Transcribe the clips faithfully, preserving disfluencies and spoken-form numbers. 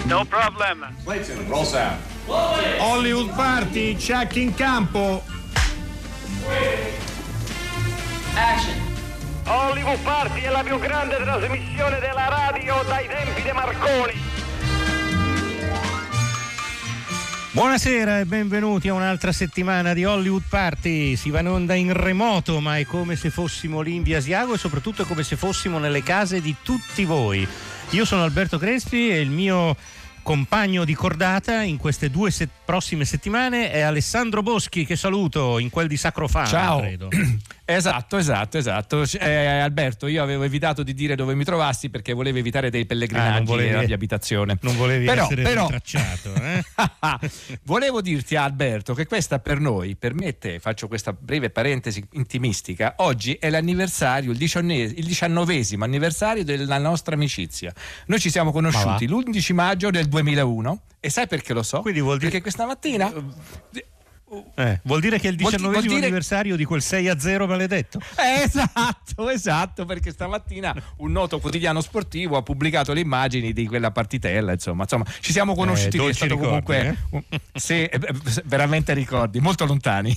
No problem. Clayton, roll sound. Hollywood Party, check in campo. Action. Hollywood Party è la più grande trasmissione della radio dai tempi di Marconi. Buonasera e benvenuti a un'altra settimana di Hollywood Party. Si va in onda in remoto, ma è come se fossimo lì in via Asiago e soprattutto è come se fossimo nelle case di tutti voi. Io sono Alberto Crespi e il mio compagno di cordata in queste due se- prossime settimane è Alessandro Boschi, che saluto in quel di Sacrofana. Ciao. Credo. Esatto, esatto, esatto. Eh, Alberto, io avevo evitato di dire dove mi trovassi perché volevo evitare dei pellegrinaggi Ah, non volevi- nella mia abitazione. Non volevi Però- essere però- rintracciato, eh? Volevo dirti, Alberto, che questa per noi, per me e te, faccio questa breve parentesi intimistica, oggi è l'anniversario, il, dicianne- il diciannovesimo anniversario della nostra amicizia. Noi ci siamo conosciuti l'undici maggio del duemilauno e sai perché lo so? Quindi vuol dire- Perché questa mattina... Eh, vuol dire che è il Vuol di- diciannovesimo vuol dire- anniversario di quel sei a zero maledetto. Eh, esatto, esatto, perché stamattina un noto quotidiano sportivo ha pubblicato le immagini di quella partitella, insomma, insomma ci siamo conosciuti, Eh, è dolci stato ricordi, comunque un- sì, eh, veramente ricordi, molto lontani.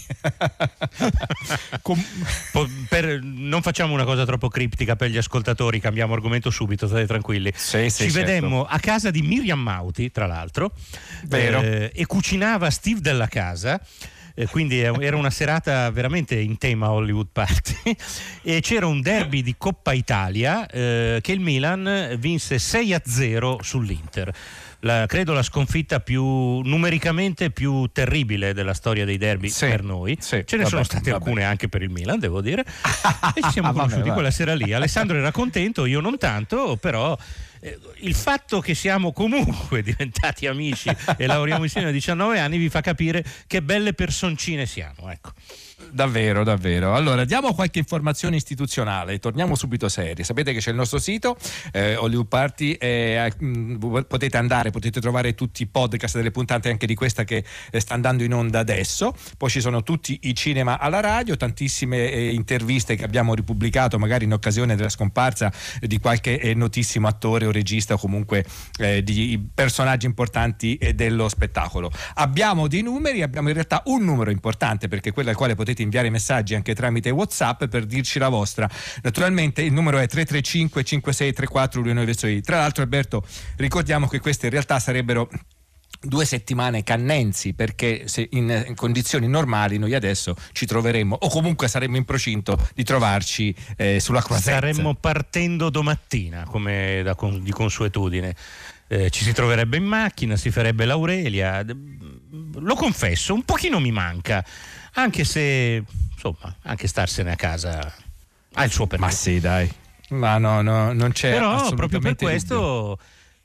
Com- Po- per- non facciamo una cosa troppo criptica per gli ascoltatori, cambiamo argomento subito, state tranquilli. Sì, sì, Ci certo. vedemmo a casa di Miriam Mauti, tra l'altro, Vero. eh, e cucinava Steve Della Casa. Eh, quindi era una serata veramente in tema Hollywood Party e c'era un derby di Coppa Italia eh, che il Milan vinse sei a zero sull'Inter. La, credo la sconfitta più numericamente più terribile della storia dei derby Sì, per noi. sì, Ce ne vabbè, sono state vabbè. alcune anche per il Milan, devo dire. E ci siamo Vabbè, conosciuti vabbè. quella sera lì. Alessandro era contento, io non tanto, però eh, il fatto che siamo comunque diventati amici e lavoriamo insieme a diciannove anni vi fa capire che belle personcine siamo, ecco. Davvero, davvero. Allora, diamo qualche informazione istituzionale, torniamo subito seri. Sapete che c'è il nostro sito, eh, Hollywood Party, eh, mh, potete andare, potete trovare tutti i podcast delle puntate anche di questa che eh, sta andando in onda adesso. Poi ci sono tutti i cinema alla radio, tantissime eh, interviste che abbiamo ripubblicato magari in occasione della scomparsa eh, di qualche eh, notissimo attore o regista o comunque eh, di personaggi importanti eh, dello spettacolo. Abbiamo dei numeri, abbiamo in realtà un numero importante perché quello al quale potete inviare messaggi anche tramite WhatsApp per dirci la vostra. Naturalmente il numero è tre tre cinque cinque sei tre quattro due nove sei. Tra l'altro, Alberto, ricordiamo che queste in realtà sarebbero due settimane cannensi, perché se in, in condizioni normali noi adesso ci troveremmo o comunque saremmo in procinto di trovarci eh, sulla Croisette. Saremmo partendo domattina come da con- di consuetudine. Eh, ci si troverebbe in macchina, si farebbe l'Aurelia. Lo confesso, un pochino mi manca, anche se insomma anche starsene a casa ha il suo perché. Ma sì, dai, ma no, no, non c'è Però assolutamente proprio per dubbio. questo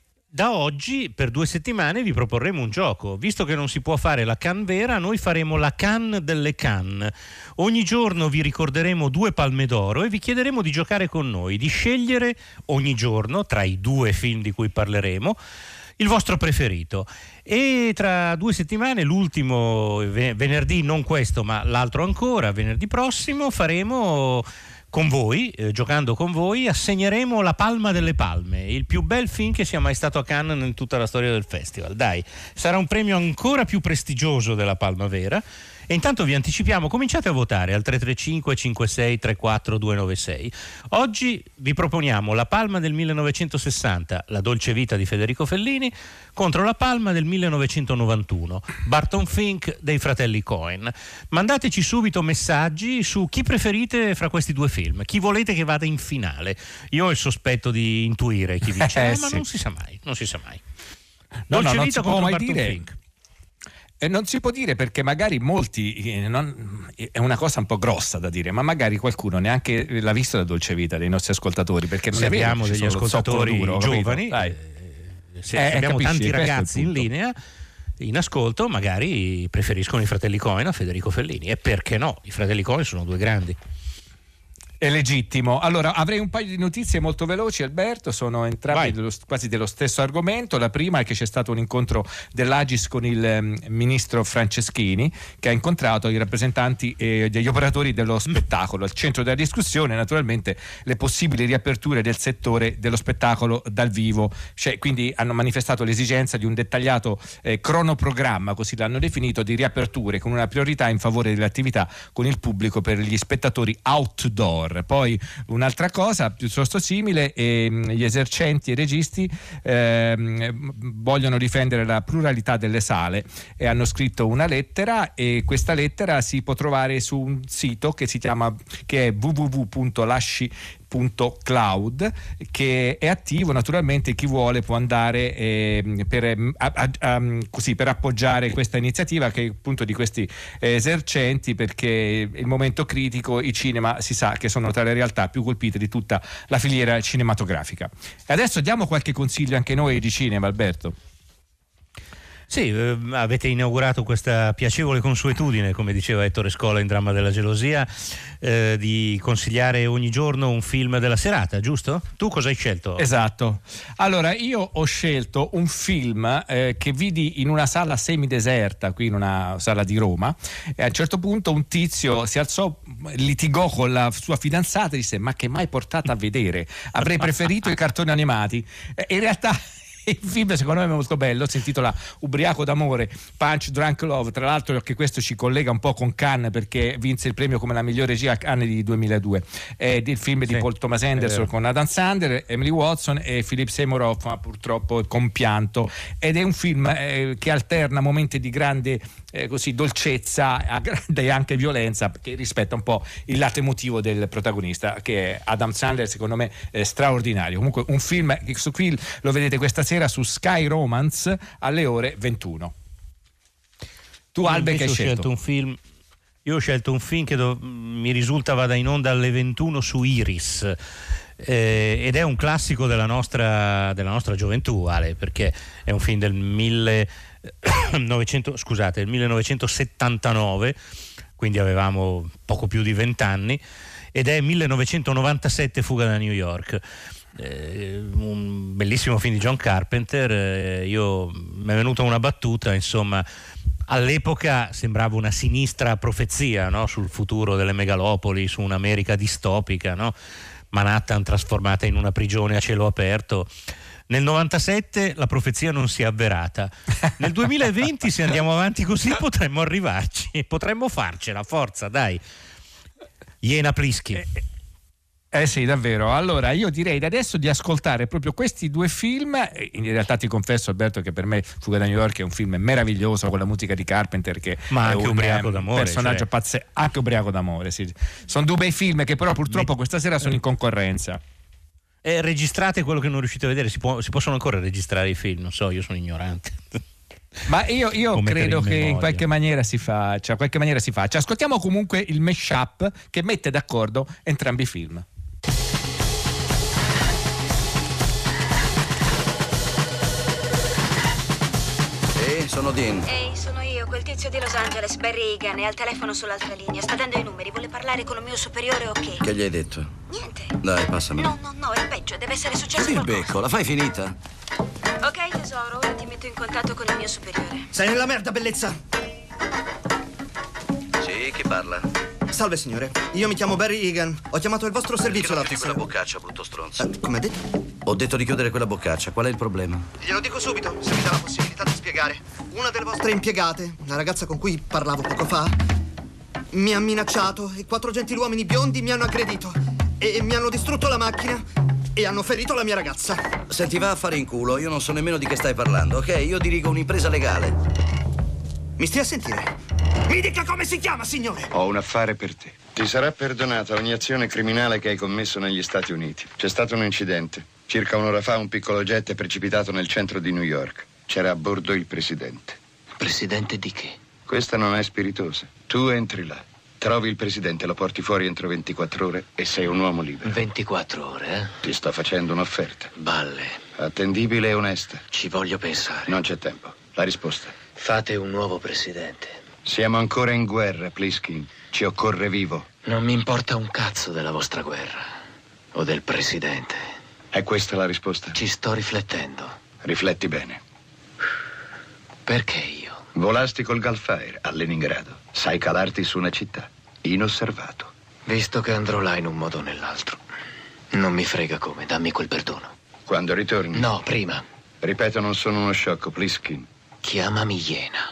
da oggi per due settimane vi proporremo un gioco. Visto che non si può fare la can vera, noi faremo la can delle can. Ogni giorno vi ricorderemo due palme d'oro e vi chiederemo di giocare con noi, di scegliere ogni giorno tra i due film di cui parleremo il vostro preferito. E tra due settimane, l'ultimo venerdì, non questo ma l'altro ancora, venerdì prossimo, faremo con voi, eh, giocando con voi, assegneremo la Palma delle Palme, il più bel film che sia mai stato a Cannes in tutta la storia del festival. Dai, sarà un premio ancora più prestigioso della Palma Vera. E intanto vi anticipiamo, cominciate a votare al tre tre cinque cinque sei tre quattro due nove sei. Oggi vi proponiamo la Palma del millenovecentosessanta, La dolce vita di Federico Fellini, contro la Palma del millenovecentonovantuno, Barton Fink dei fratelli Coen. Mandateci subito messaggi su chi preferite fra questi due film, chi volete che vada in finale. Io ho il sospetto di intuire chi vincerà, Eh, ma sì. non si sa mai, non si sa mai. No, Dolce no, non vita si può contro mai Barton dire. Fink. E non si può dire perché magari molti, eh, non, è una cosa un po' grossa da dire, ma magari qualcuno neanche l'ha visto la dolce vita dei nostri ascoltatori, perché non Se è vero abbiamo che ci degli sono lo zoccolo ascoltatori duro, capito? giovani, Dai. eh, se Eh, abbiamo capisci, tanti questo è il ragazzi in punto. linea in ascolto, magari preferiscono i fratelli Coen a Federico Fellini, e perché no? I fratelli Coen sono due grandi. È legittimo. Allora, avrei un paio di notizie molto veloci, Alberto, sono entrambe dello, quasi dello stesso argomento. La prima è che c'è stato un incontro dell'Agis con il um, ministro Franceschini, che ha incontrato i rappresentanti eh, degli operatori dello spettacolo. Al centro della discussione, naturalmente, le possibili riaperture del settore dello spettacolo dal vivo. Cioè, quindi hanno manifestato l'esigenza di un dettagliato eh, cronoprogramma, così l'hanno definito, di riaperture con una priorità in favore delle attività con il pubblico per gli spettatori outdoor. Poi un'altra cosa piuttosto simile, ehm, gli esercenti e i registi ehm, vogliono difendere la pluralità delle sale e hanno scritto una lettera, e questa lettera si può trovare su un sito che si chiama che è w w w punto lasci punto cloud, che è attivo. Naturalmente chi vuole può andare eh, per, a, a, a, così, per appoggiare questa iniziativa, che è appunto di questi esercenti, perché il momento critico, i cinema si sa che sono tra le realtà più colpite di tutta la filiera cinematografica. E adesso diamo qualche consiglio anche noi di cinema, Alberto. Sì, eh, avete inaugurato questa piacevole consuetudine, come diceva Ettore Scola in Dramma della gelosia, eh, di consigliare ogni giorno un film della serata, giusto? Tu cosa hai scelto? Esatto. Allora, io ho scelto un film eh, che vidi in una sala semideserta, qui in una sala di Roma, e a un certo punto un tizio si alzò, litigò con la sua fidanzata e disse: ma che mai portata a vedere? Avrei preferito i cartoni animati. E in realtà il film secondo me è molto bello, si intitola Ubriaco d'amore, Punch Drunk Love. Tra l'altro che questo ci collega un po' con Cannes, perché vinse il premio come la migliore regia a Cannes di duemiladue. È il film di sì, Paul Thomas Anderson con Adam Sandler, Emily Watson e Philip Seymour Hoffman, purtroppo compianto. Ed è un film eh, che alterna momenti di grande eh, così dolcezza a grande anche violenza, che rispetta un po' il lato emotivo del protagonista, che è Adam Sandler, secondo me è straordinario. Comunque un film che su qui lo vedete questa sera su Sky Romance alle ore ventuno. Tu, Albe, che hai scelto? scelto un film Io ho scelto un film che do, mi risulta vada in onda alle ventuno su Iris, eh, ed è un classico della nostra, della nostra gioventù, Ale, perché è un film del millenovecento, scusate, del millenovecentosettantanove, quindi avevamo poco più di vent'anni, ed è millenovecentonovantasette, Fuga da New York. Eh, un bellissimo film di John Carpenter. eh, io mi è venuta una battuta, insomma, all'epoca sembrava una sinistra profezia, no? Sul futuro delle megalopoli, su un'America distopica, no? Manhattan trasformata in una prigione a cielo aperto. Nel novantasette la profezia non si è avverata. Nel duemilaventi, se andiamo avanti così, potremmo arrivarci, potremmo farcela, forza, dai. Iena Plischi. Eh, Eh sì, davvero. Allora io direi adesso di ascoltare proprio questi due film. In realtà ti confesso, Alberto, che per me Fuga da New York è un film meraviglioso, con la musica di Carpenter, che ma è anche un Ubriaco d'amore, personaggio cioè. pazzesco, anche Ubriaco d'amore, sì. Sono due bei film che però purtroppo questa sera sono in concorrenza. Eh, registrate quello che non riuscite a vedere. Si, può, si possono ancora registrare i film, non so, io sono ignorante. Ma io, io credo in che in qualche maniera si faccia, qualche maniera si faccia. Ascoltiamo comunque il mashup che mette d'accordo entrambi i film. Sono Dean. Ehi, sono io, quel tizio di Los Angeles, Barry Egan, è al telefono sull'altra linea. Sta dando i numeri, vuole parlare con un mio superiore o che? Che gli hai detto? Niente. Dai, passamelo. No, no, no, è peggio, deve essere successo Sì, il qualcosa. becco, la fai finita? Ok, tesoro, ora ti metto in contatto con il mio superiore. Sei nella merda, bellezza! Sì, chi parla? Salve, signore. Io mi chiamo Barry Egan. Ho chiamato il vostro servizio l'altra l'altra sera. sera. Quella boccaccia, brutto stronzo. Eh, come ha detto? Ho detto di chiudere quella boccaccia. Qual è il problema? Glielo dico subito, se mi dà la possibilità di spiegare. Una delle vostre impiegate, la ragazza con cui parlavo poco fa, mi ha minacciato e quattro gentiluomini biondi mi hanno aggredito e mi hanno distrutto la macchina e hanno ferito la mia ragazza. Senti, va a fare in culo. Io non so nemmeno di che stai parlando, ok? Io dirigo un'impresa legale. Mi stia a sentire? Mi dica come si chiama, signore! Ho un affare per te. Ti sarà perdonata ogni azione criminale che hai commesso negli Stati Uniti. C'è stato un incidente. Circa un'ora fa un piccolo jet è precipitato nel centro di New York. C'era a bordo il presidente. Presidente di che? Questa non è spiritosa. Tu entri là, trovi il presidente, lo porti fuori entro ventiquattro ore e sei un uomo libero. ventiquattro ore, eh? Ti sto facendo un'offerta. Balle. Attendibile e onesta. Ci voglio pensare. Non c'è tempo. La risposta. Fate un nuovo presidente. Siamo ancora in guerra, Pliskin. Ci occorre vivo. Non mi importa un cazzo della vostra guerra o del presidente. È questa la risposta? Ci sto riflettendo. Rifletti bene. Perché io? Volasti col Gulfire a Leningrado. Sai calarti su una città, inosservato. Visto che andrò là in un modo o nell'altro, non mi frega come, dammi quel perdono. Quando ritorni? No, prima. Ripeto, non sono uno sciocco, Pliskin. Chiamami Iena.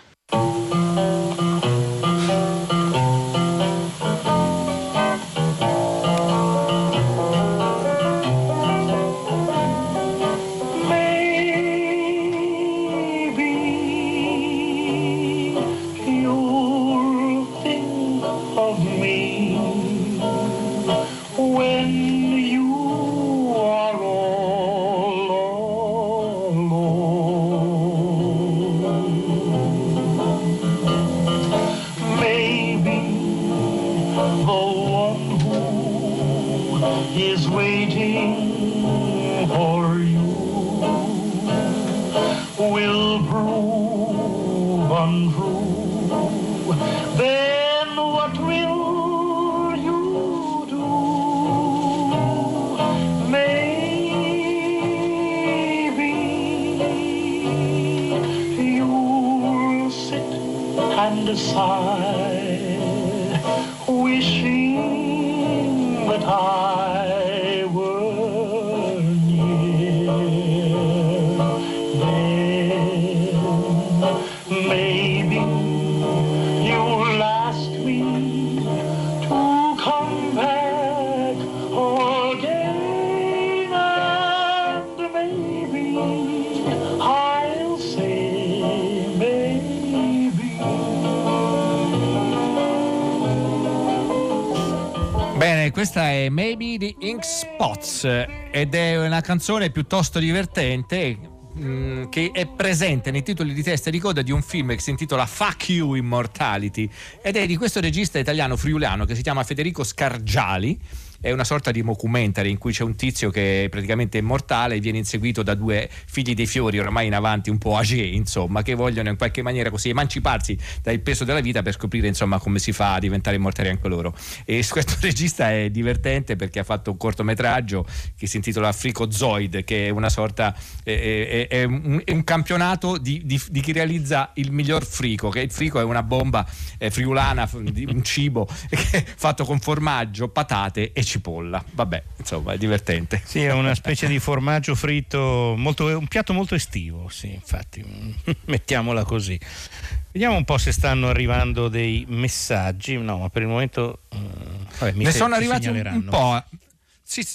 Questa è Maybe the Ink Spots ed è una canzone piuttosto divertente mh, che è presente nei titoli di testa e di coda di un film che si intitola Fuck You Immortality ed è di questo regista italiano friulano che si chiama Federico Scargiali. È una sorta di mockumentary in cui c'è un tizio che è praticamente immortale e viene inseguito da due figli dei fiori ormai in avanti un po' âgé, insomma, che vogliono in qualche maniera così emanciparsi dal peso della vita per scoprire insomma come si fa a diventare immortali anche loro. E questo regista è divertente perché ha fatto un cortometraggio che si intitola Fricozoid, che è una sorta è, è, è, un, è un campionato di, di, di chi realizza il miglior frico, che il frico è una bomba eh, friulana, un cibo fatto con formaggio, patate e cipolla. Vabbè, insomma, è divertente. Sì, è una specie di formaggio fritto, molto, un piatto molto estivo, sì, infatti, mettiamola così. Vediamo un po' se stanno arrivando dei messaggi. No, ma per il momento uh, vabbè, mi ne se, sono arrivati un, un po'. Sì,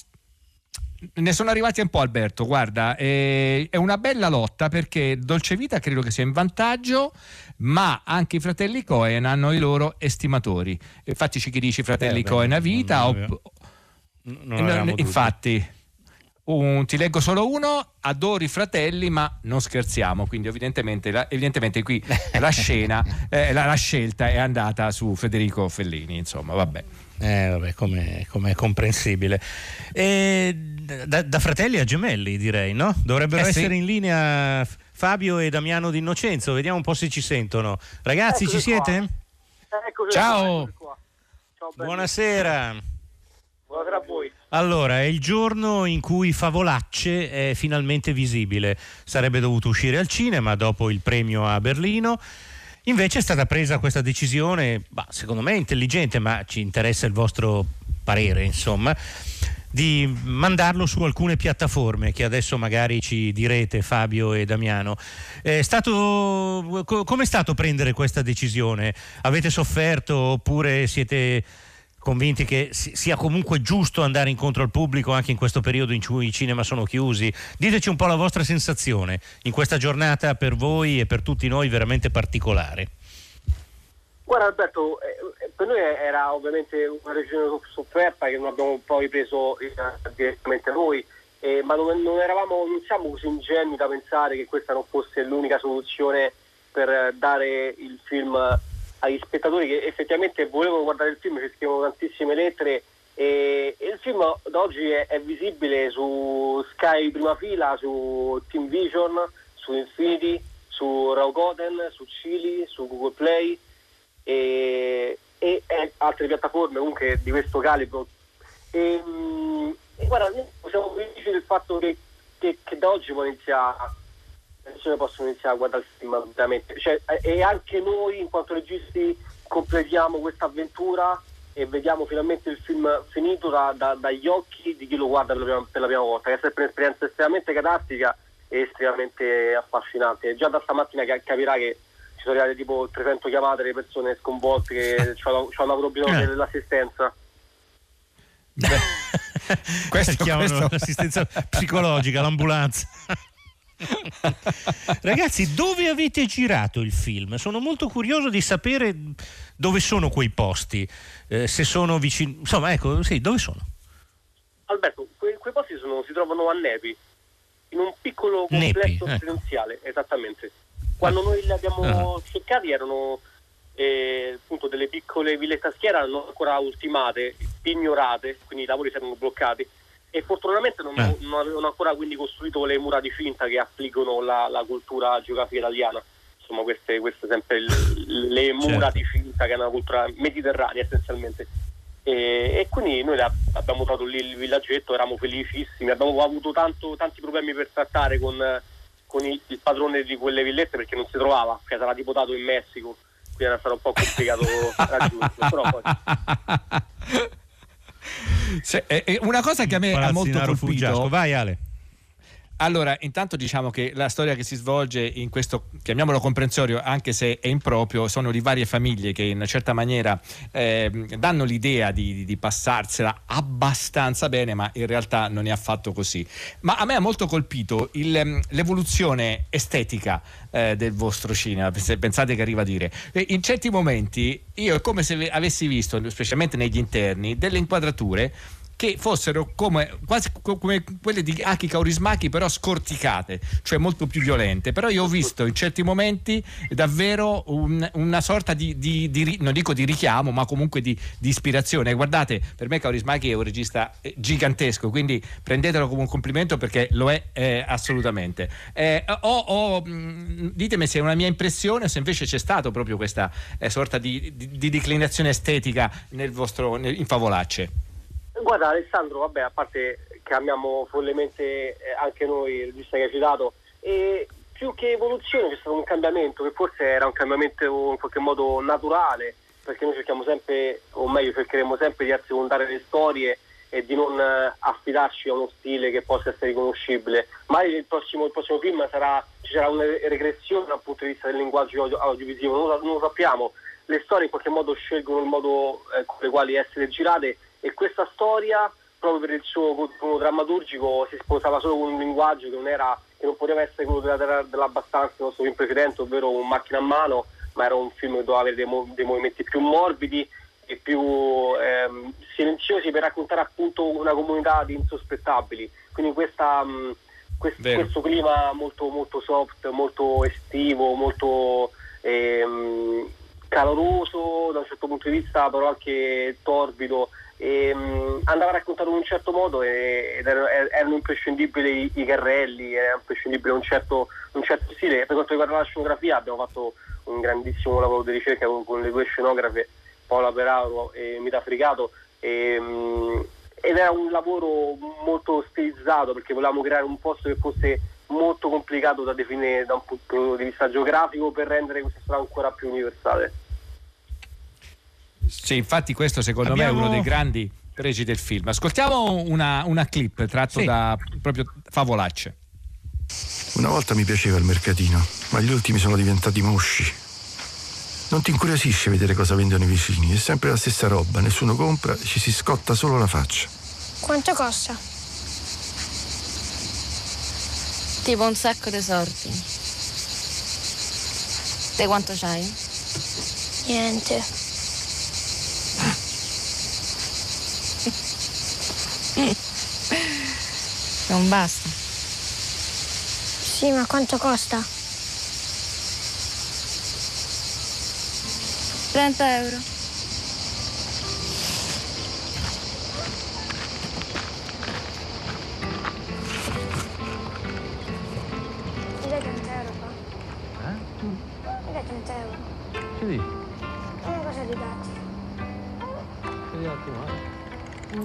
ne sono arrivati un po', Alberto. Guarda, è, è una bella lotta perché Dolce Vita credo che sia in vantaggio, ma anche i fratelli Coen hanno i loro estimatori. Infatti ci chi dice i fratelli eh, Coen a vita o, non infatti un, ti leggo solo uno: adoro i fratelli ma non scherziamo, quindi evidentemente, la, evidentemente qui la scena eh, la, la scelta è andata su Federico Fellini, insomma, vabbè. Eh, vabbè, come è comprensibile. E da, da fratelli a gemelli, direi, no? Dovrebbero eh, essere sì. in linea Fabio e Damiano D'Innocenzo. Vediamo un po' se ci sentono. Ragazzi, eccoci ci siete? Eccoci Ciao. Qua. Ciao, buonasera. Buonasera a voi. Allora, è il giorno in cui Favolacce è finalmente visibile. Sarebbe dovuto uscire al cinema dopo il premio a Berlino. Invece è stata presa questa decisione, bah, secondo me intelligente, ma ci interessa il vostro parere, insomma, di mandarlo su alcune piattaforme che adesso magari ci direte, Fabio e Damiano. È stato, co- com'è stato prendere questa decisione? Avete sofferto oppure siete convinti che sia comunque giusto andare incontro al pubblico anche in questo periodo in cui i cinema sono chiusi? Diteci un po' la vostra sensazione in questa giornata per voi e per tutti noi veramente particolare. Guarda Alberto, eh, per noi era ovviamente una decisione sofferta che non abbiamo poi preso eh, direttamente noi, eh, ma non, non eravamo, non siamo così ingenui da pensare che questa non fosse l'unica soluzione per dare il film agli spettatori che effettivamente volevano guardare il film. Ci scrivono tantissime lettere e, e il film da oggi è, è visibile su Sky Prima Fila, su Team Vision, su Infinity, su Rakuten, su Chili, su Google Play e, e, e altre piattaforme comunque di questo calibro. E, e guarda, siamo felici del fatto che, che, che da oggi può iniziare, le persone possono iniziare a guardare il film veramente, cioè, e anche noi in quanto registi completiamo questa avventura e vediamo finalmente il film finito da, da, dagli occhi di chi lo guarda per la, prima, per la prima volta, che è sempre un'esperienza estremamente catartica e estremamente affascinante. Già da stamattina capirà che ci sono arrivate tipo trecento chiamate di persone sconvolte che hanno avuto bisogno dell'assistenza. Beh, questo, chiamano questo... l'assistenza psicologica, l'ambulanza. Ragazzi, dove avete girato il film? Sono molto curioso di sapere dove sono quei posti, eh, se sono vicini, insomma, ecco, sì, dove sono? Alberto, que- quei posti sono, si trovano a Nepi, in un piccolo complesso Nepi, residenziale, ecco. Esattamente. Quando noi li abbiamo ah. cercati erano eh, appunto delle piccole villette a schiera non ancora ultimate, ignorate, quindi i lavori si erano bloccati. E fortunatamente non, eh. non avevano ancora quindi costruito le mura di finta che affliggono la, la cultura geografica italiana. Insomma, queste, queste sempre il, le mura certo. di finta che è una cultura mediterranea essenzialmente. E, e quindi noi abbiamo trovato lì il villaggetto, eravamo felicissimi, abbiamo avuto tanto, tanti problemi per trattare con, con il, il padrone di quelle villette perché non si trovava, che sarà tipo dato in Messico, quindi era stato un po' complicato raggiungerlo, però poi... Cioè, eh, una cosa che a me ha molto colpito. Vai Ale. Allora, intanto diciamo che la storia che si svolge in questo, chiamiamolo comprensorio, anche se è improprio, sono di varie famiglie che in una certa maniera eh, danno l'idea di, di, di passarsela abbastanza bene, ma in realtà non è affatto così. Ma a me ha molto colpito il, l'evoluzione estetica eh, del vostro cinema, se pensate che arriva a dire. In certi momenti io è come se avessi visto, specialmente negli interni, delle inquadrature che fossero come quasi come quelle di Aki Kaurismäki, però scorticate, cioè molto più violente. Però io ho visto in certi momenti davvero un, una sorta di, di, di non dico di richiamo, ma comunque di, di ispirazione. Guardate, per me Kaurismäki è un regista gigantesco, quindi prendetelo come un complimento perché lo è eh, assolutamente. Eh, o, o, ditemi se è una mia impressione o se invece c'è stato proprio questa eh, sorta di, di, di declinazione estetica nel vostro nel, in Favolacce. Guarda Alessandro, vabbè, a parte che amiamo follemente eh, anche noi il regista che hai citato, e più che evoluzione c'è stato un cambiamento che forse era un cambiamento in qualche modo naturale, perché noi cerchiamo sempre, o meglio cercheremo sempre di assecondare le storie e di non eh, affidarci a uno stile che possa essere riconoscibile. Magari il prossimo, il prossimo film sarà, ci sarà una regressione dal punto di vista del linguaggio audio, audiovisivo, non lo, non lo sappiamo. Le storie in qualche modo scelgono il modo eh, con le quali essere girate, e questa storia, proprio per il suo contenuto drammaturgico, si sposava solo con un linguaggio che non era, che non poteva essere quello della, dell'abbastanza del nostro film precedente, ovvero un macchina a mano, ma era un film che doveva avere dei, mov- dei movimenti più morbidi e più ehm, silenziosi per raccontare appunto una comunità di insospettabili. Quindi questa, mh, quest- questo clima molto, molto soft, molto estivo, molto ehm, caloroso da un certo punto di vista, però anche torbido. E, um, andava raccontato in un certo modo e, ed erano, erano imprescindibili i, i carrelli, era imprescindibile un certo, un certo stile. Per quanto riguarda la scenografia abbiamo fatto un grandissimo lavoro di ricerca con, con le due scenografe, Paola Peraro e Mita Frigato, e, um, ed era un lavoro molto stilizzato perché volevamo creare un posto che fosse molto complicato da definire da un punto di vista geografico per rendere questa storia ancora più universale. Sì, infatti questo secondo Abbiamo... me è uno dei grandi pregi del film. Ascoltiamo una, una clip tratto sì. da proprio Favolacce. Una volta mi piaceva il mercatino, ma gli ultimi sono diventati mosci. Non ti incuriosisce vedere cosa vendono i vicini? È sempre la stessa roba, nessuno compra, ci si scotta solo la faccia. Quanto costa? Tipo un sacco di soldi. Te quanto c'hai? Niente. Non basta. Sì, ma quanto costa? trenta euro. Mi dai trenta euro qua? Eh? Tu? Mi dai trenta euro? Che dici? Come cosa li dati? gli occhi, no? Mm.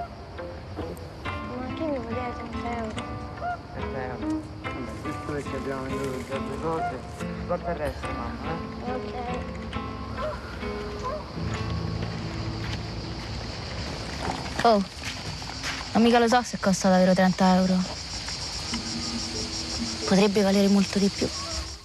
Ma anche io mi dai trenta euro. trenta euro? Vabbè, visto che abbiamo venduto già due cose, porta il resto, mamma, eh? Ok. Oh, ma mica lo so se costa davvero trenta euro. Potrebbe valere molto di più.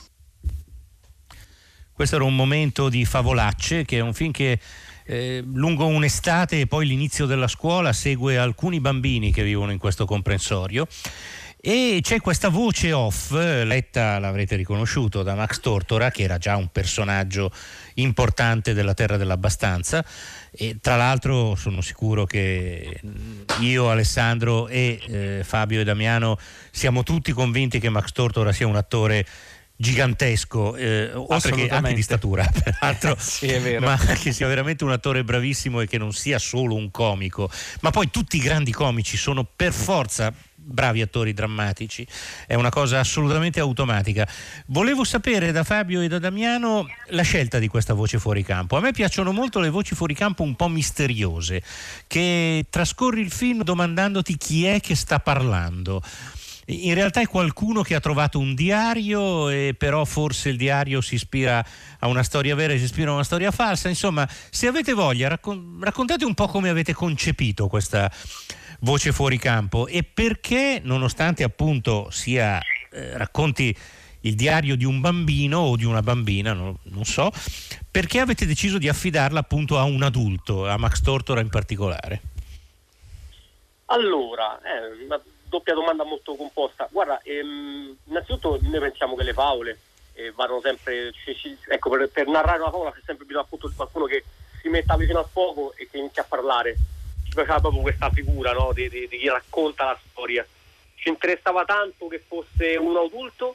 Questo era un momento di Favolacce, che è un film che eh, lungo un'estate e poi l'inizio della scuola segue alcuni bambini che vivono in questo comprensorio. E c'è questa voce off, letta, l'avrete riconosciuto, da Max Tortora, che era già un personaggio importante della Terra dell'Abbastanza, e tra l'altro sono sicuro che io, Alessandro e eh, Fabio e Damiano siamo tutti convinti che Max Tortora sia un attore gigantesco, eh, oltre che anche di statura peraltro, sì, è vero, ma che sia veramente un attore bravissimo e che non sia solo un comico. Ma poi tutti i grandi comici sono per forza bravi attori drammatici, è una cosa assolutamente automatica. Volevo sapere da Fabio e da Damiano la scelta di questa voce fuori campo. A me piacciono molto le voci fuori campo un po' misteriose, che trascorri il film domandandoti chi è che sta parlando. In realtà è qualcuno che ha trovato un diario, e però forse il diario si ispira a una storia vera e si ispira a una storia falsa. Insomma, se avete voglia, raccon- raccontate un po' come avete concepito questa voce fuori campo e perché, nonostante appunto sia eh, racconti il diario di un bambino o di una bambina, no, non so, perché avete deciso di affidarla appunto a un adulto, a Max Tortora in particolare? Allora, è una doppia domanda molto composta. Guarda, ehm, innanzitutto noi pensiamo che le favole eh, vanno sempre, ci, ci, ecco, per, per narrare una favola c'è sempre bisogno appunto di qualcuno che si metta vicino al fuoco e che inizia a parlare. Ci piaceva proprio questa figura, no, di, di, di chi racconta la storia. Ci interessava tanto che fosse un adulto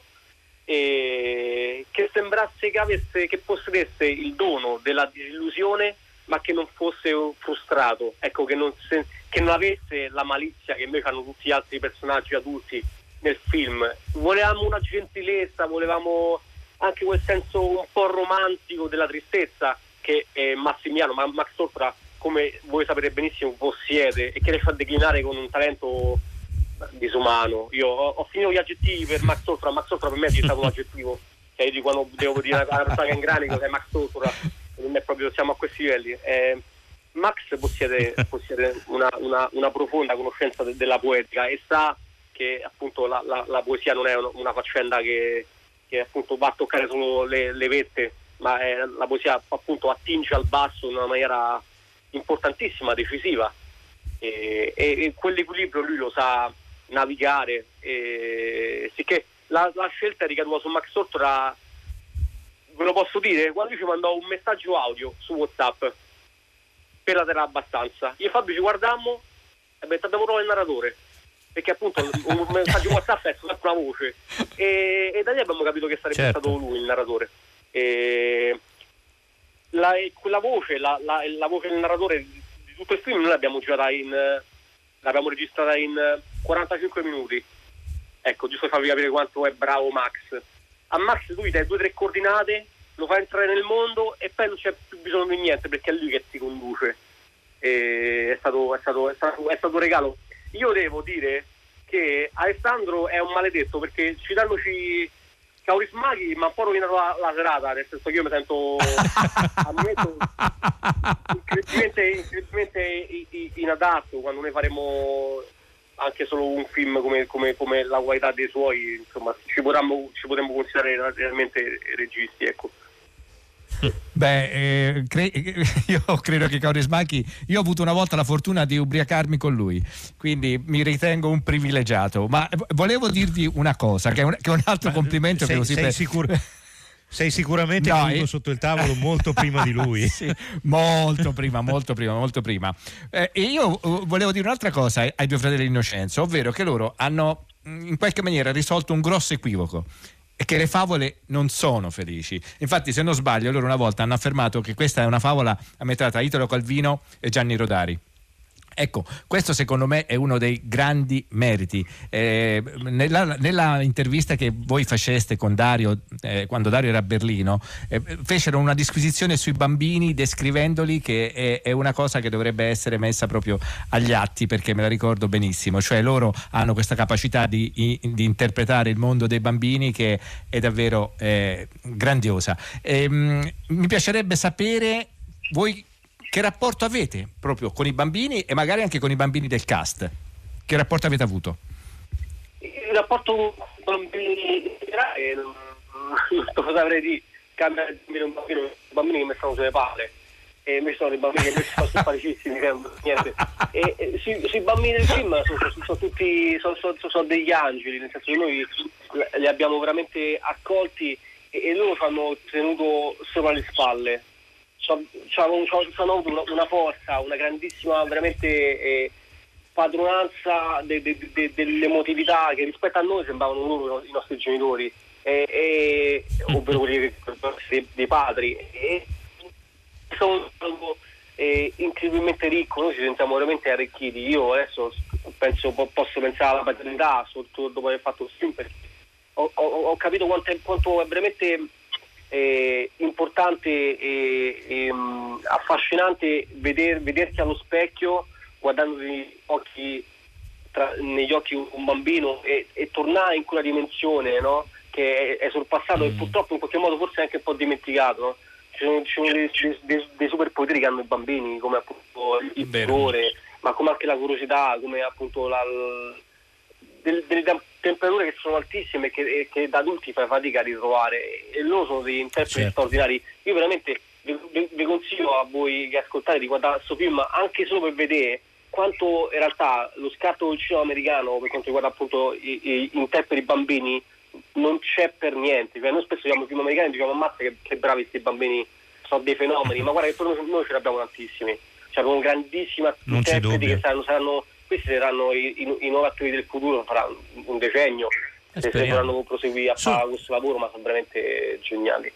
e che sembrasse che avesse, che possedesse il dono della disillusione, ma che non fosse frustrato, ecco, che non, se, che non avesse la malizia che invece hanno tutti gli altri personaggi adulti nel film. Volevamo una gentilezza, volevamo anche quel senso un po' romantico della tristezza che eh, Massimiliano, ma Max Tortora, come voi sapete benissimo, possiede e che le fa declinare con un talento disumano. Io ho, ho finito gli aggettivi per Max Tortora. Max Tortora per me è diventato un aggettivo, cioè, di quando devo dire a una persona che è in granico che è Max Tortora, non è proprio, siamo a questi livelli. Eh, Max possiede, possiede una, una, una profonda conoscenza de, della poetica e sa che appunto la, la, la poesia non è una faccenda che, che appunto va a toccare solo le, le vette, ma è, la poesia appunto attinge al basso in una maniera importantissima, decisiva, e, e, e quell'equilibrio lui lo sa navigare, e sicché la, la scelta è ricaduta su Max Tortora. Ve lo posso dire, quando lui ci mandò un messaggio audio su WhatsApp per la Terra abbastanza, io e Fabio ci guardammo e beh, abbiamo trovato il narratore, perché appunto un messaggio WhatsApp è soltanto una voce, e, e da lì abbiamo capito che sarebbe certo. stato lui il narratore. E la, quella voce, la, la, la voce del narratore di tutto il film noi l'abbiamo girata in, l'abbiamo registrata in quarantacinque minuti, ecco, giusto per farvi capire quanto è bravo Max. A Max tu gli dai due o tre coordinate, lo fa entrare nel mondo e poi non c'è più bisogno di niente, perché è lui che ti conduce. E è stato, è stato, è stato, è stato un regalo. Io devo dire che Alessandro è un maledetto, perché citandoci Kaurismäki mi ha un po' rovinato la, la serata, nel senso che io mi sento ammetto incredibilmente, incredibilmente inadatto quando noi faremo anche solo un film come, come, come la qualità dei suoi, insomma ci potremmo, ci potremmo considerare realmente registi, ecco. Beh, eh, cre- io credo che Kaurismäki, io ho avuto una volta la fortuna di ubriacarmi con lui, quindi mi ritengo un privilegiato, ma volevo dirvi una cosa, che è un, che è un altro ma complimento sei, che così sei per... sicuro? Sei sicuramente no, venuto eh... sotto il tavolo molto prima di lui. Sì, molto prima, molto prima, molto prima. Eh, e io volevo dire un'altra cosa ai, ai due fratelli Innocenzo, ovvero che loro hanno in qualche maniera risolto un grosso equivoco, e che le favole non sono felici. Infatti, se non sbaglio, loro una volta hanno affermato che questa è una favola ambientata tra Italo Calvino e Gianni Rodari. Ecco, questo secondo me è uno dei grandi meriti. Eh, nella, nella intervista che voi faceste con Dario, eh, quando Dario era a Berlino, eh, fecero una disquisizione sui bambini descrivendoli, che è, è una cosa che dovrebbe essere messa proprio agli atti, perché me la ricordo benissimo. Cioè loro hanno questa capacità di, di interpretare il mondo dei bambini che è davvero eh, grandiosa. Eh, mi piacerebbe sapere voi che rapporto avete proprio con i bambini e magari anche con i bambini del cast. Che rapporto avete avuto? Il rapporto con i bambini in generale, non, non saprei di cambiare un bambino, i bambini che mi stanno sulle palle, e invece sono i bambini che invece sono simpaticissimi, niente. E, e sui, sui bambini del film sono, sono, sono tutti sono, sono, sono degli angeli, nel senso che noi li abbiamo veramente accolti e, e loro ci hanno tenuto sopra le spalle. Hanno avuto una, una forza, una grandissima veramente eh, padronanza de, de, de, dell'emotività che rispetto a noi sembravano loro i nostri genitori, e, e, ovvero quelli dei, dei padri, e sono eh, incredibilmente ricco, noi ci sentiamo veramente arricchiti. Io adesso penso, posso pensare alla paternità, soprattutto dopo aver fatto il film, perché ho, ho, ho capito quanto è, quanto è veramente è importante e, e um, affascinante veder, vederti allo specchio, guardando negli occhi, tra, negli occhi un bambino e, e tornare in quella dimensione, no? Che è, è sorpassato mm. e purtroppo in qualche modo forse anche un po' dimenticato, no? Ci sono, ci sono dei, dei, dei superpoteri che hanno i bambini, come appunto il dolore, ma come anche la curiosità, come appunto la, delle, delle temperature che sono altissime e che, che da adulti fai fatica a ritrovare, e loro sono degli interpreti certo. straordinari. Io veramente vi, vi, vi consiglio a voi che ascoltate di guardare questo film, anche solo per vedere quanto in realtà lo scatto del cinema americano per quanto riguarda appunto i, i interpreti bambini non c'è per niente. Cioè, noi spesso vediamo i film americani e diciamo ammazza che, che bravi questi bambini, sono dei fenomeni, ma guarda che per noi, noi ce ne abbiamo tantissimi, cioè con grandissimi interpreti che saranno, saranno questi saranno i, i, i nuovi attori del futuro, faranno un decennio, eh, se dovranno proseguire a fare so, questo lavoro, ma sono veramente geniali.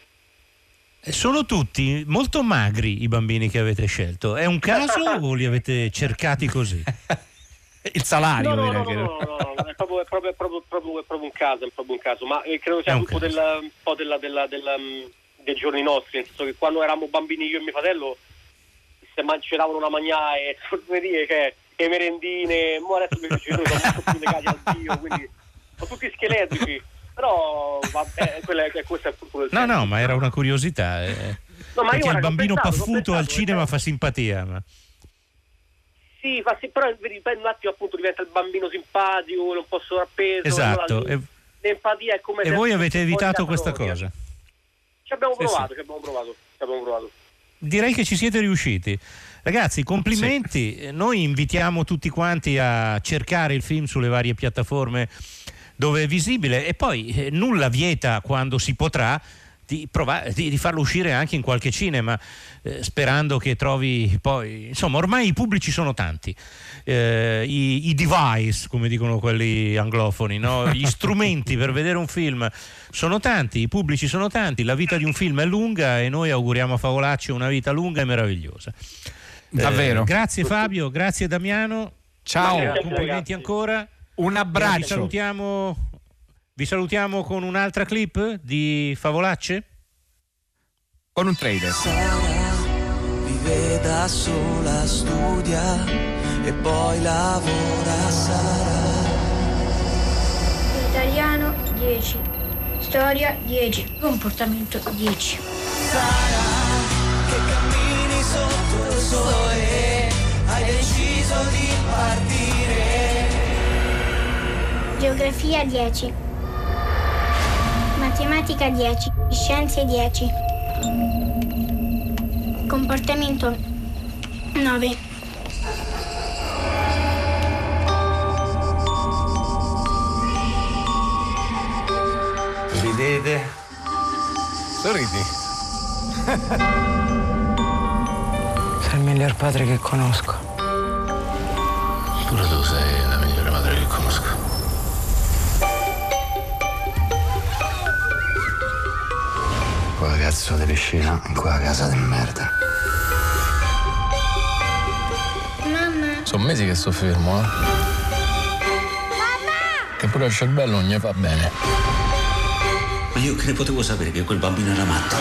Sono tutti molto magri i bambini che avete scelto, è un caso o li avete cercati così? Il salario? No, no, no, no, no, no, no, è proprio, è proprio, è proprio, è proprio, è proprio un caso, è proprio un caso, ma credo sia un, un po' del, un po' della, della, della, dei giorni nostri, nel senso che quando eravamo bambini io e mio fratello se c'eravano una mangiare e sorverie che e merendine, mo adesso mi sono molto più legati al Dio, quindi sono tutti scheletrici, però vabbè, quella è, questo è il futuro del no senso. No, ma era una curiosità, eh. no, ma perché io, il bambino pensato, paffuto pensato, al cinema pensato. Fa simpatia, ma... sì, fa sì, però un attimo appunto diventa il bambino simpatico, non posso appeso, esatto, allora, e... l'empatia è come e voi avete evitato questa cosa? Ci abbiamo provato, sì. ci abbiamo provato, ci abbiamo provato. Direi che ci siete riusciti. Ragazzi, complimenti. Sì. Noi invitiamo tutti quanti a cercare il film sulle varie piattaforme dove è visibile, e poi eh, nulla vieta, quando si potrà, di, provare, di, di farlo uscire anche in qualche cinema, eh, sperando che trovi poi... Insomma, ormai i pubblici sono tanti, eh, i, i device, come dicono quelli anglofoni, no? Gli strumenti per vedere un film sono tanti, i pubblici sono tanti, la vita di un film è lunga e noi auguriamo a Favolacci una vita lunga e meravigliosa. Davvero. Eh, grazie Fabio, grazie Damiano. Ciao. Grazie, complimenti ancora. Un abbraccio. Vi salutiamo, vi salutiamo con un'altra clip di Favolacce? Con un trailer. Sara vive da sola, studia e poi lavora. Sara. Italiano dieci, storia dieci, comportamento dieci. Sara, che cammini sotto il sole, hai deciso di partire. Geografia dieci, matematica dieci, scienze dieci, comportamento nove. Ridete? Sorridi. Sei il miglior padre che conosco. Pure tu sei la migliore madre che conosco. Quella cazzo di piscina in quella casa di merda. Mamma, sono mesi che sto fermo, eh. Che pure al cervello non gli fa bene. Ma io che ne potevo sapere che quel bambino era matto?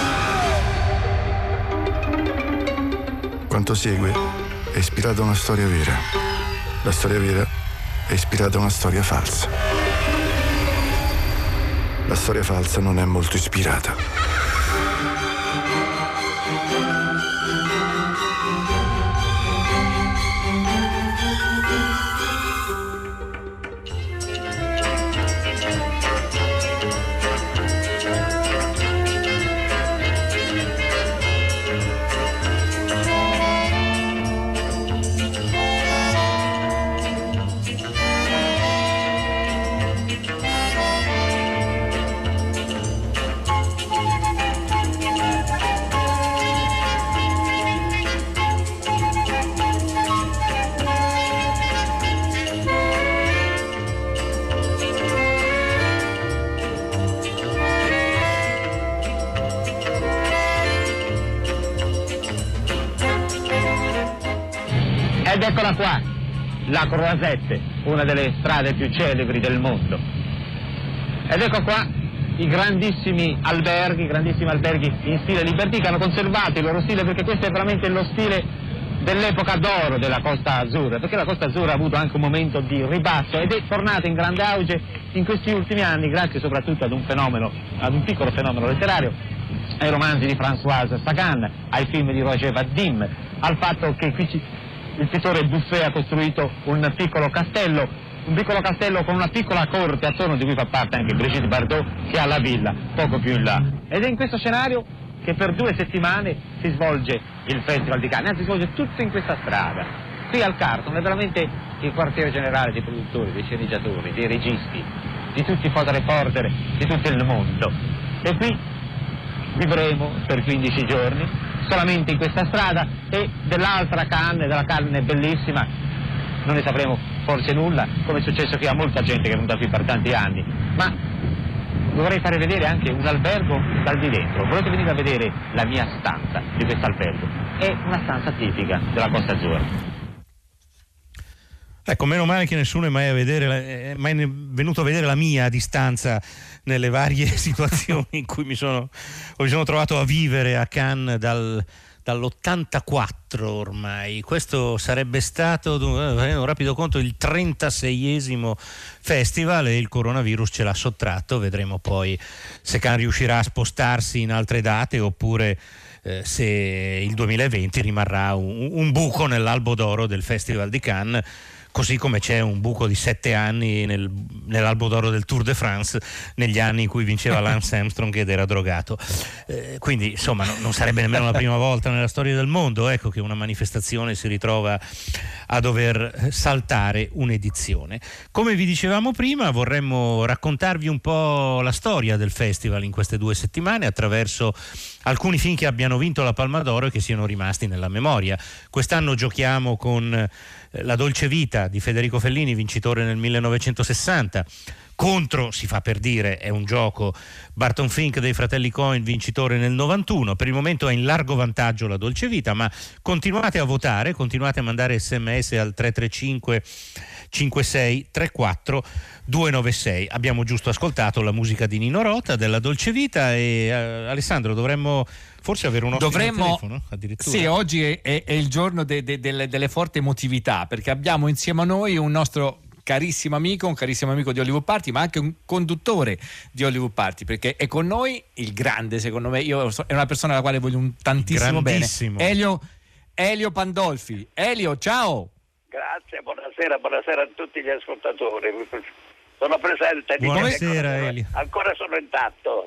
Quanto segue è ispirato a una storia vera. La storia vera è ispirata a una storia falsa. La storia falsa non è molto ispirata. Ed eccola qua, la Croisette, una delle strade più celebri del mondo. Ed ecco qua i grandissimi alberghi, grandissimi alberghi in stile Liberty che hanno conservato il loro stile, perché questo è veramente lo stile dell'epoca d'oro della Costa Azzurra, perché la Costa Azzurra ha avuto anche un momento di ribasso ed è tornata in grande auge in questi ultimi anni, grazie soprattutto ad un fenomeno, ad un piccolo fenomeno letterario, ai romanzi di Françoise Sagan, ai film di Roger Vadim, al fatto che qui ci il pittore Buffet ha costruito un piccolo castello, un piccolo castello con una piccola corte attorno, di cui fa parte anche Brigitte Bardot, che ha la villa poco più in là. Ed è in questo scenario che per due settimane si svolge il Festival di Cannes, anzi si svolge tutto in questa strada. Qui al Carlton è veramente il quartiere generale dei produttori, dei sceneggiatori, dei registi, di tutti i fotoreporter di tutto il mondo. E qui vivremo per quindici giorni solamente in questa strada, e dell'altra Cannes, della Cannes bellissima, non ne sapremo forse nulla, come è successo qui a molta gente che è venuta qui per tanti anni, ma dovrei fare vedere anche un albergo dal di dentro. Volete venire a vedere la mia stanza di questo albergo? È una stanza tipica della Costa Azzurra. Ecco, meno male che nessuno è mai, a vedere, è mai venuto a vedere la mia a distanza nelle varie situazioni in cui mi sono, mi sono trovato a vivere a Cannes dal, dall'ottantaquattro ormai. Questo sarebbe stato, facendo un rapido conto, il trentaseiesimo festival e il coronavirus ce l'ha sottratto. Vedremo poi se Cannes riuscirà a spostarsi in altre date oppure eh, se il duemilaventi rimarrà un, un buco nell'albo d'oro del Festival di Cannes, così come c'è un buco di sette anni nel, nell'albo d'oro del Tour de France, negli anni in cui vinceva Lance Armstrong ed era drogato. Eh, quindi insomma no, non sarebbe nemmeno la prima volta nella storia del mondo, ecco, che una manifestazione si ritrova a dover saltare un'edizione. Come vi dicevamo prima, vorremmo raccontarvi un po' la storia del festival in queste due settimane attraverso alcuni film che abbiano vinto la Palma d'Oro e che siano rimasti nella memoria. Quest'anno giochiamo con La Dolce Vita di Federico Fellini, vincitore nel millenovecentosessanta. Contro, si fa per dire, è un gioco, Barton Fink dei fratelli Coen, vincitore nel novantuno. Per il momento è in largo vantaggio La Dolce Vita, ma continuate a votare, continuate a mandare sms al tre tre cinque cinque sei tre quattro due nove sei. Abbiamo giusto ascoltato la musica di Nino Rota della Dolce Vita e uh, Alessandro, dovremmo forse avere un ospite Dovremmo, al telefono addirittura. Sì, oggi è, è, è il giorno de, de, de, delle forti emotività, perché abbiamo insieme a noi un nostro carissimo amico, un carissimo amico di Hollywood Party, ma anche un conduttore di Hollywood Party, perché è con noi il grande, secondo me, io so, è una persona alla quale voglio un tantissimo bene, Elio, Elio Pandolfi. Elio, ciao! Grazie, buonasera, buonasera a tutti gli ascoltatori. Sono presente. Buonasera, ancora, Elio. Ancora sono intatto.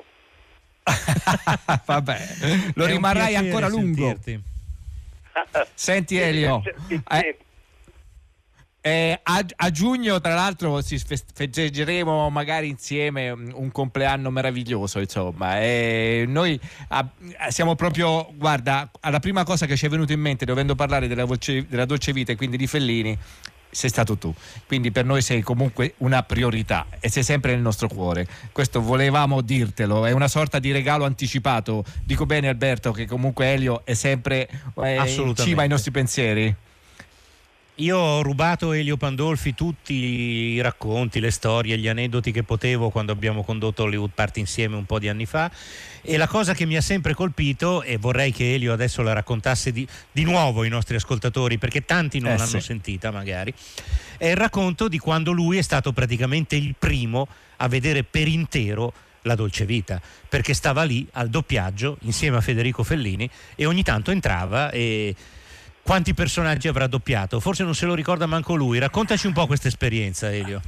Vabbè, lo è rimarrai ancora lungo. Sentirti. Senti Elio, eh, eh, a, a giugno tra l'altro ci festeggeremo magari insieme un compleanno meraviglioso, insomma, e noi a, siamo proprio, guarda, la prima cosa che ci è venuta in mente dovendo parlare della, voce, della Dolce Vita e quindi di Fellini sei stato tu, quindi per noi sei comunque una priorità e sei sempre nel nostro cuore. Questo volevamo dirtelo, è una sorta di regalo anticipato. Dico bene, Alberto, che comunque Elio è sempre eh, in cima ai nostri pensieri? Io ho rubato a Elio Pandolfi tutti i racconti, le storie, gli aneddoti che potevo quando abbiamo condotto Hollywood Party insieme un po' di anni fa, e la cosa che mi ha sempre colpito, e vorrei che Elio adesso la raccontasse di, di nuovo ai nostri ascoltatori, perché tanti non Eh, l'hanno sì. sentita magari, è il racconto di quando lui è stato praticamente il primo a vedere per intero La Dolce Vita, perché stava lì al doppiaggio insieme a Federico Fellini e ogni tanto entrava. E quanti personaggi avrà doppiato? Forse non se lo ricorda manco lui. Raccontaci un po' questa esperienza, Elio.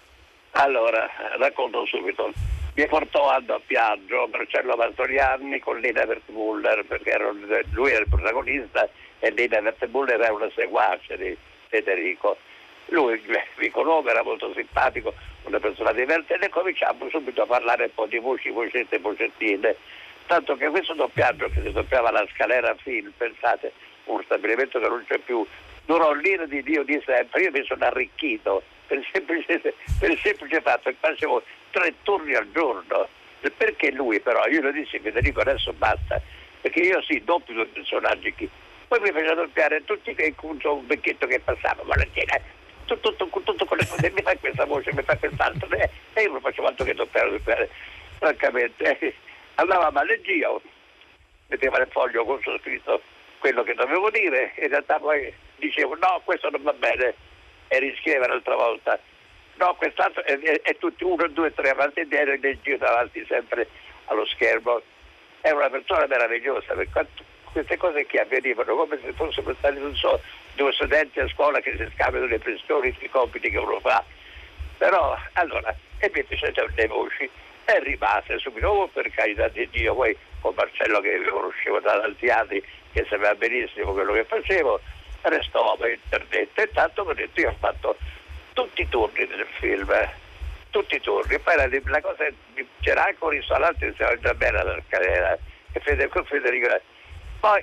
Allora, racconto subito. Mi portò a doppiaggio Marcello Mastroianni con Lina Wertmuller, perché ero, lui era il protagonista e Lina Wertmuller era una seguace di Federico. Lui mi conobbe, era molto simpatico, una persona divertente, e cominciamo subito a parlare un po' di voci, vocette, vocettine. Tanto che questo doppiaggio, che si doppiava alla Scalera Film, pensate, un stabilimento che non c'è più, durò l'ira di Dio di sempre. Io mi sono arricchito per il semplice, per il semplice fatto che facevo tre turni al giorno. Perché lui però, io lo dissi, Federico, adesso basta, perché io sì, doppio due personaggi qui. Poi mi faceva doppiare tutti che incuncio un vecchietto che passava, Valentina, tutto, tutto, tutto con le cose, mi fa questa voce, mi fa quest'altro, e io non facevo altro che doppiare, doppiare, francamente. Andavamo alle Gio, metteva nel foglio con scritto quello che dovevo dire, e in realtà poi dicevo no, questo non va bene, e riscriveva un'altra volta, no, quest'altro, e, e, e tutti uno, due, tre avanti e indietro, e nel giro davanti sempre allo schermo. È una persona meravigliosa, per quanto queste cose che avvenivano come se fossero stati, non so, due studenti a scuola che si scambiano le pressioni sui compiti che uno fa. Però allora, e mi fecero le voci, e rimase subito, oh, per carità di Dio, poi con Marcello che conoscevo da tanti anni, che sapeva benissimo quello che facevo, restò a internet, e tanto mi ho detto, io ho fatto tutti i turni del film, eh, tutti i turni. Poi la, la cosa, c'era anche un ristorante che si chiamava già bene alla Scalera, e Federico, Federico, poi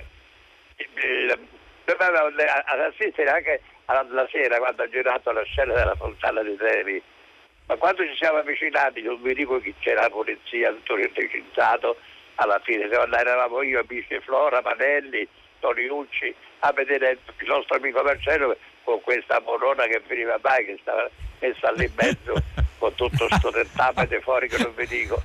eh, doveva assistere anche alla sera quando ha girato la scena della Fontana di Trevi. Ma quando ci siamo avvicinati, non vi dico chi c'era, la polizia, tutto recintato, alla fine eravamo io, amici Flora, Manelli, Toniucci, a vedere il nostro amico Marcello con questa morona che veniva mai, che stava messa lì in mezzo con tutto sto tettamete fuori che non vi dico.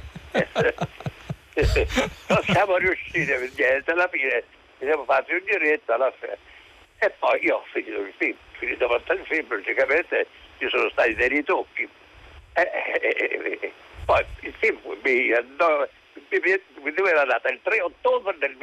Non siamo riusciti a vedere niente, alla fine ci siamo fatti un giretto alla fine. E poi io ho finito il film, finito il film, logicamente ci sono stati dei ritocchi. E, e, e, poi il film mi, andò, mi, mi doveva data il tre ottobre del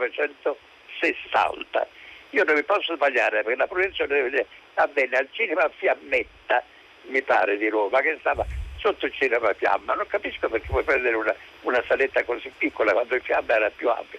millenovecentosessanta. Io non mi posso sbagliare perché la proiezione avvenne al cinema Fiammetta, mi pare, di Roma, che stava sotto il cinema Fiamma. Non capisco perché puoi prendere una, una saletta così piccola quando il Fiamma era più ampio.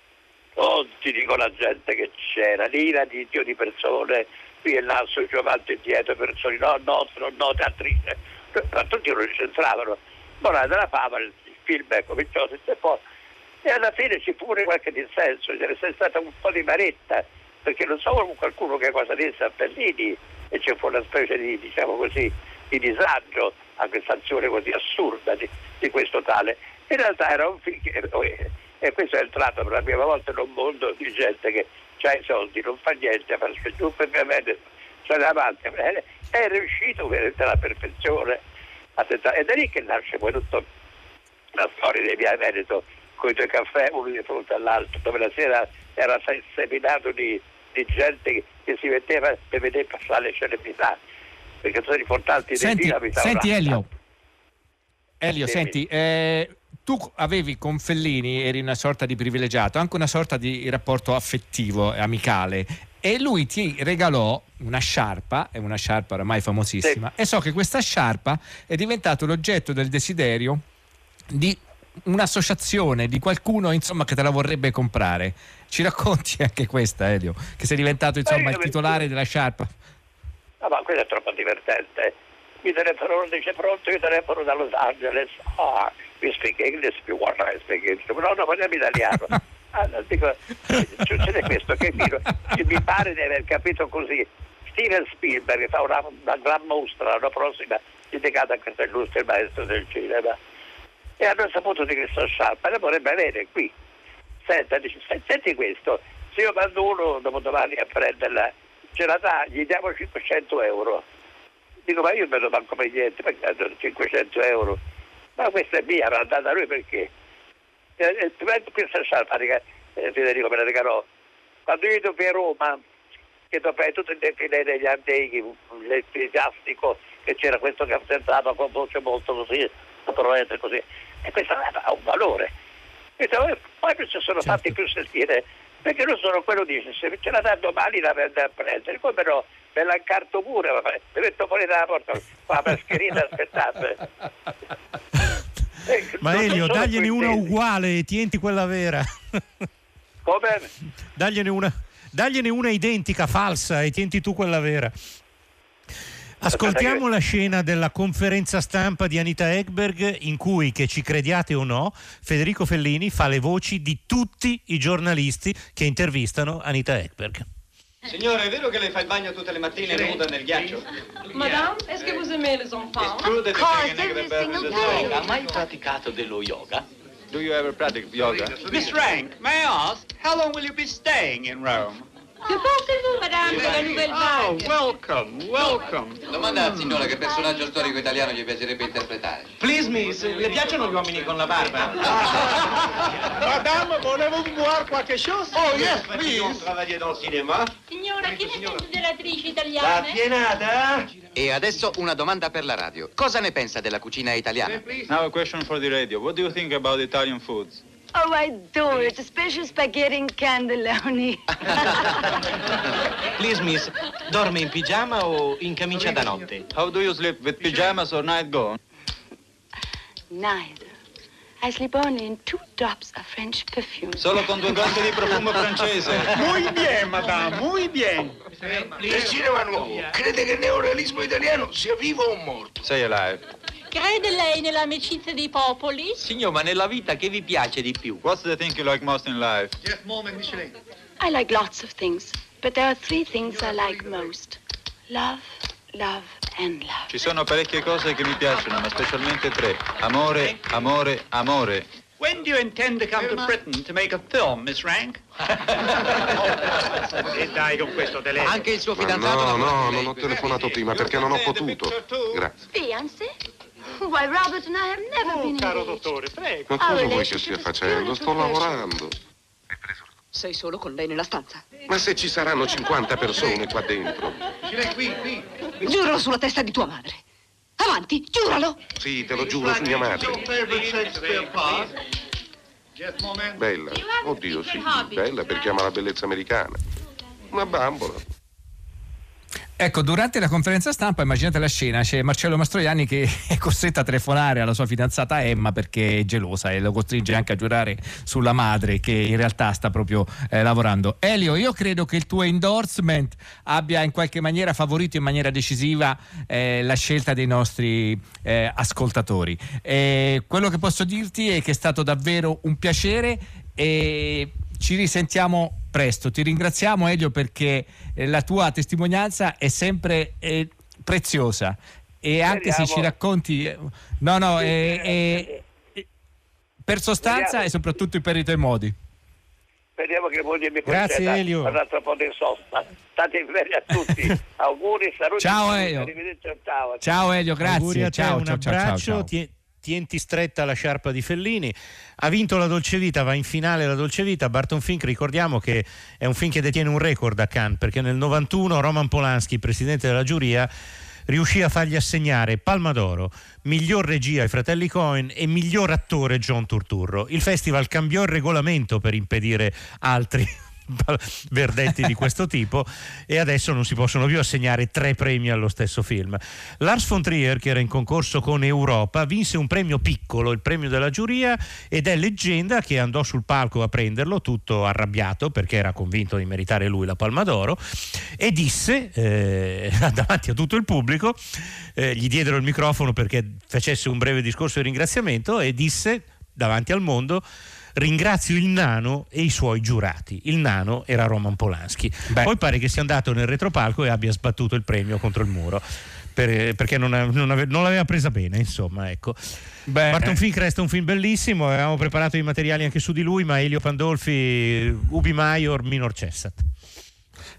Oh, ti dico la gente che c'era, lì la di Dio di persone, qui e là, su avanti e dietro, persone, no, no, no, no, teatrice. Ma tutti non c'entravano. Morale della fama, il film è cominciato e poi, e alla fine ci fu pure qualche dissenso, c'è stata un po' di maretta, perché non so qualcuno che cosa disse a Fellini, e c'è fu una specie di, diciamo così, di disagio a questa azione così assurda di, di questo tale. In realtà era un film che, e questo è il tratto per la prima volta in un mondo di gente che ha i soldi, non fa niente, a farsi giù per ovviamente c'è davanti, è riuscito veramente alla perfezione a tentare. Ed è lì che nasce poi tutta la storia dei Via Veneto, con i due caffè uno di fronte all'altro, dove la sera era seminato di, di gente che si metteva per vedere passare le celebrità, perché sono importanti dei senti, film. senti Elio Elio Sì, senti eh, tu avevi con Fellini, eri una sorta di privilegiato, anche una sorta di rapporto affettivo, amicale, e lui ti regalò una sciarpa, è una sciarpa oramai famosissima, sì. E so che questa sciarpa è diventato l'oggetto del desiderio di un'associazione, di qualcuno insomma che te la vorrebbe comprare. Ci racconti anche questa, Elio, che sei diventato insomma il titolare della sciarpa? No, ma questo è troppo divertente. Mi telefono, dice pronto, io telefono da Los Angeles. Ah, mi speak English, più guarda, mi speak English. No, no, parliamo italiano. Allora, dico, succede questo, che mi pare di aver capito così. Steven Spielberg fa una, una gran mostra l'anno prossimo dedicata a questo illustre maestro del cinema. E hanno saputo di questa sciarpa, la vorrebbe avere qui. Senta, dice, senti questo, se io mando uno dopodomani a prenderla, ce la dà, gli diamo cinquecento euro. Dico, ma io me lo manco per niente, perché hanno cinquecento euro? Ma questa è mia, l'ha data lui perché? Il questo è Federico me la regalò. Quando io ero a Roma, che dopo tutto il defilè degli antichi, l'ecclesiastico, che c'era questo che presentava con voce molto così, naturalmente così, e questo ha un valore. E poi non si sono fatti più sentire, perché non sono quello dice, se ce la dà domani la vende a prendere, come no, me la incarto pure, mi metto fuori dalla porta, con la mascherina aspettate. Eh, ma Elio, dagliene una uguale e tienti quella vera. Come? Dagliene una, dagliene una identica, falsa, e tienti tu quella vera. Ascoltiamo la scena della conferenza stampa di Anita Ekberg in cui, che ci crediate o no, Federico Fellini fa le voci di tutti i giornalisti che intervistano Anita Ekberg. Signore, è vero che lei fa il bagno tutte le mattine nuda nel ghiaccio? Madame, est-ce que vous aimez les enfants? Of course, every single day. Ha mai praticato dello yoga? Do you ever practice yoga? Miss Rank, may I ask, how long will you be staying in Rome? Que pensez-vous, madame, de la nouvelle vague? Oh, welcome, welcome. Domanda al signore che personaggio storico italiano gli piacerebbe interpretare. Please, miss, le piacciono gli uomini con la barba? Madame, volevo voir qualche chose? Oh, yes, please. On travaillait dans le cinéma. Signora, chi ne pensa delle attrici italiane? La pienata? E adesso una domanda per la radio. Cosa ne pensa della cucina italiana? Now a question for the radio. What do you think about Italian foods? Oh, I adore it, especially spaghetti and cannelloni. Please, miss, dorme in pigiama o in camicia da notte? How do you sleep, with pyjamas or night gown? Neither. I sleep only in two drops of French perfume. Solo con due gocce di profumo francese. Muy bien, madame, muy bien. Il cinema nuovo crede che il neorealismo italiano sia vivo o morto? Say alive. Crede lei nell'amicizia dei popoli? Signor, ma nella vita che vi piace di più? What's the thing you like most in life? I like lots of things, but there are three things I like most. Love, love and love. Ci sono parecchie cose che mi piacciono, ma specialmente tre. Amore, amore, amore. When do you intend to come to Britain to make a film, Miss Rank? E dai con questo telefono. Anche il suo fidanzato... No, no, non ho telefonato prima perché non ho potuto. Grazie. Fiancé? Why, Robert and I have never been Caro engaged. dottore, prego. Ma cosa vuoi che stia facendo? Sto lavorando. Sei solo con lei nella stanza? Ma se ci saranno cinquanta persone qua dentro? Qui, qui. Giuralo sulla testa di tua madre. Avanti, giuralo. Sì, te lo giuro su mia madre. Bella. Oddio, sì, bella perché ama la bellezza americana. Una bambola. Ecco, durante la conferenza stampa, immaginate la scena, c'è Marcello Mastroianni che è costretto a telefonare alla sua fidanzata Emma perché è gelosa e lo costringe anche a giurare sulla madre che in realtà sta proprio eh, lavorando. Elio, io credo che il tuo endorsement abbia in qualche maniera favorito in maniera decisiva eh, la scelta dei nostri eh, ascoltatori. E quello che posso dirti è che è stato davvero un piacere e ci risentiamo presto. Ti ringraziamo, Elio, perché la tua testimonianza è sempre eh, preziosa e anche se ci racconti no no è, è, è, per sostanza Speriamo. E soprattutto per i tuoi modi. Speriamo che moglie mi Grazie, conceda Elio. un altro po' di sosta. State bene a tutti. Auguri, saluti. Ciao Elio. Ciao. Ciao Elio, grazie. Auguri a te, ciao, un ciao, abbraccio. ciao, ciao, ciao. Ti- Tienti stretta la sciarpa di Fellini. Ha vinto la Dolce Vita, va in finale la Dolce Vita. Barton Fink, ricordiamo che è un film che detiene un record a Cannes, perché nel novantuno Roman Polanski, presidente della giuria, riuscì a fargli assegnare Palma d'Oro, miglior regia ai fratelli Coen e miglior attore John Turturro. Il festival cambiò il regolamento per impedire altri verdetti di questo tipo e adesso non si possono più assegnare tre premi allo stesso film. Lars von Trier, che era in concorso con Europa, vinse un premio piccolo, il premio della giuria, ed è leggenda che andò sul palco a prenderlo tutto arrabbiato perché era convinto di meritare lui la Palma d'Oro e disse eh, davanti a tutto il pubblico, eh, gli diedero il microfono perché facesse un breve discorso di ringraziamento e disse davanti al mondo: ringrazio il nano e i suoi giurati. Il nano era Roman Polanski. Beh. Poi pare che sia andato nel retropalco e abbia sbattuto il premio contro il muro per, perché non, non, ave, non l'aveva presa bene, insomma, ecco. Beh, Barton Fink resta un film bellissimo, avevamo preparato i materiali anche su di lui, ma Elio Pandolfi, Ubi Maior, minor cessat.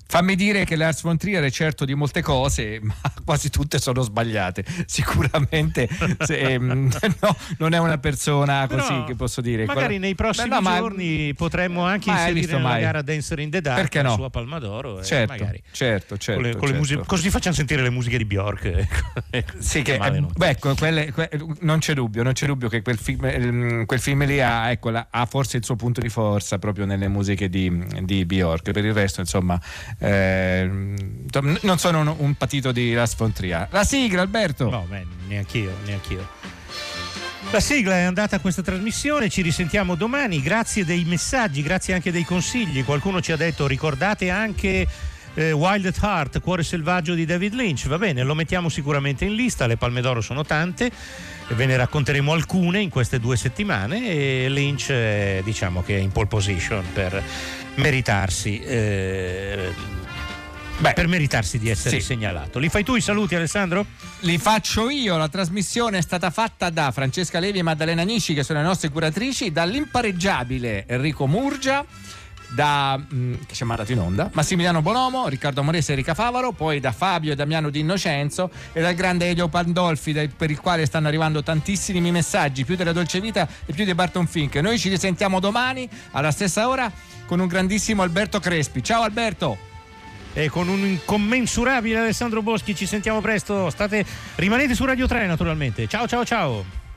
Fammi dire che Lars von Trier è certo di molte cose, ma quasi tutte sono sbagliate. Sicuramente se, no, non è una persona così. Però, che posso dire. Magari Quella... nei prossimi Beh, no, giorni ma... potremmo anche ma inserire nella mai. gara Dancer in the Dark. Perché no? La sua Palma d'Oro. Certo, e magari certo, certo. Con le, con le certo. musiche, così facciamo sentire le musiche di Bjork. Sì, che, eh, beh, ecco, quelle, que, non c'è dubbio, non c'è dubbio che quel film, quel film lì ha, ecco, la, ha forse il suo punto di forza proprio nelle musiche di, di Bjork. Per il resto, insomma, eh, non sono un, un patito di Lars von Trier. La sigla, Alberto? No, beh, neanch'io, neanch'io. La sigla è andata a questa trasmissione, ci risentiamo domani. Grazie dei messaggi, grazie anche dei consigli. Qualcuno ci ha detto ricordate anche eh, Wild at Heart, Cuore selvaggio di David Lynch. Va bene, lo mettiamo sicuramente in lista. Le Palme d'Oro sono tante, ve ne racconteremo alcune in queste due settimane e Lynch eh, diciamo che è in pole position per meritarsi eh, Beh, per meritarsi di essere sì. segnalato. Li fai tu i saluti, Alessandro? Li faccio io. La trasmissione è stata fatta da Francesca Levi e Maddalena Nicci, che sono le nostre curatrici, dall'impareggiabile Enrico Murgia, da mh, che ci ha mandato in onda Massimiliano Bonomo, Riccardo Morese e Enrica Favaro, poi da Fabio e Damiano Di Innocenzo e dal grande Elio Pandolfi, dai, per il quale stanno arrivando tantissimi messaggi, più della Dolce Vita e più di Barton Fink. Noi ci risentiamo domani alla stessa ora con un grandissimo Alberto Crespi. Ciao Alberto! E con un incommensurabile Alessandro Boschi ci sentiamo presto. State, rimanete su Radio tre naturalmente. Ciao ciao ciao.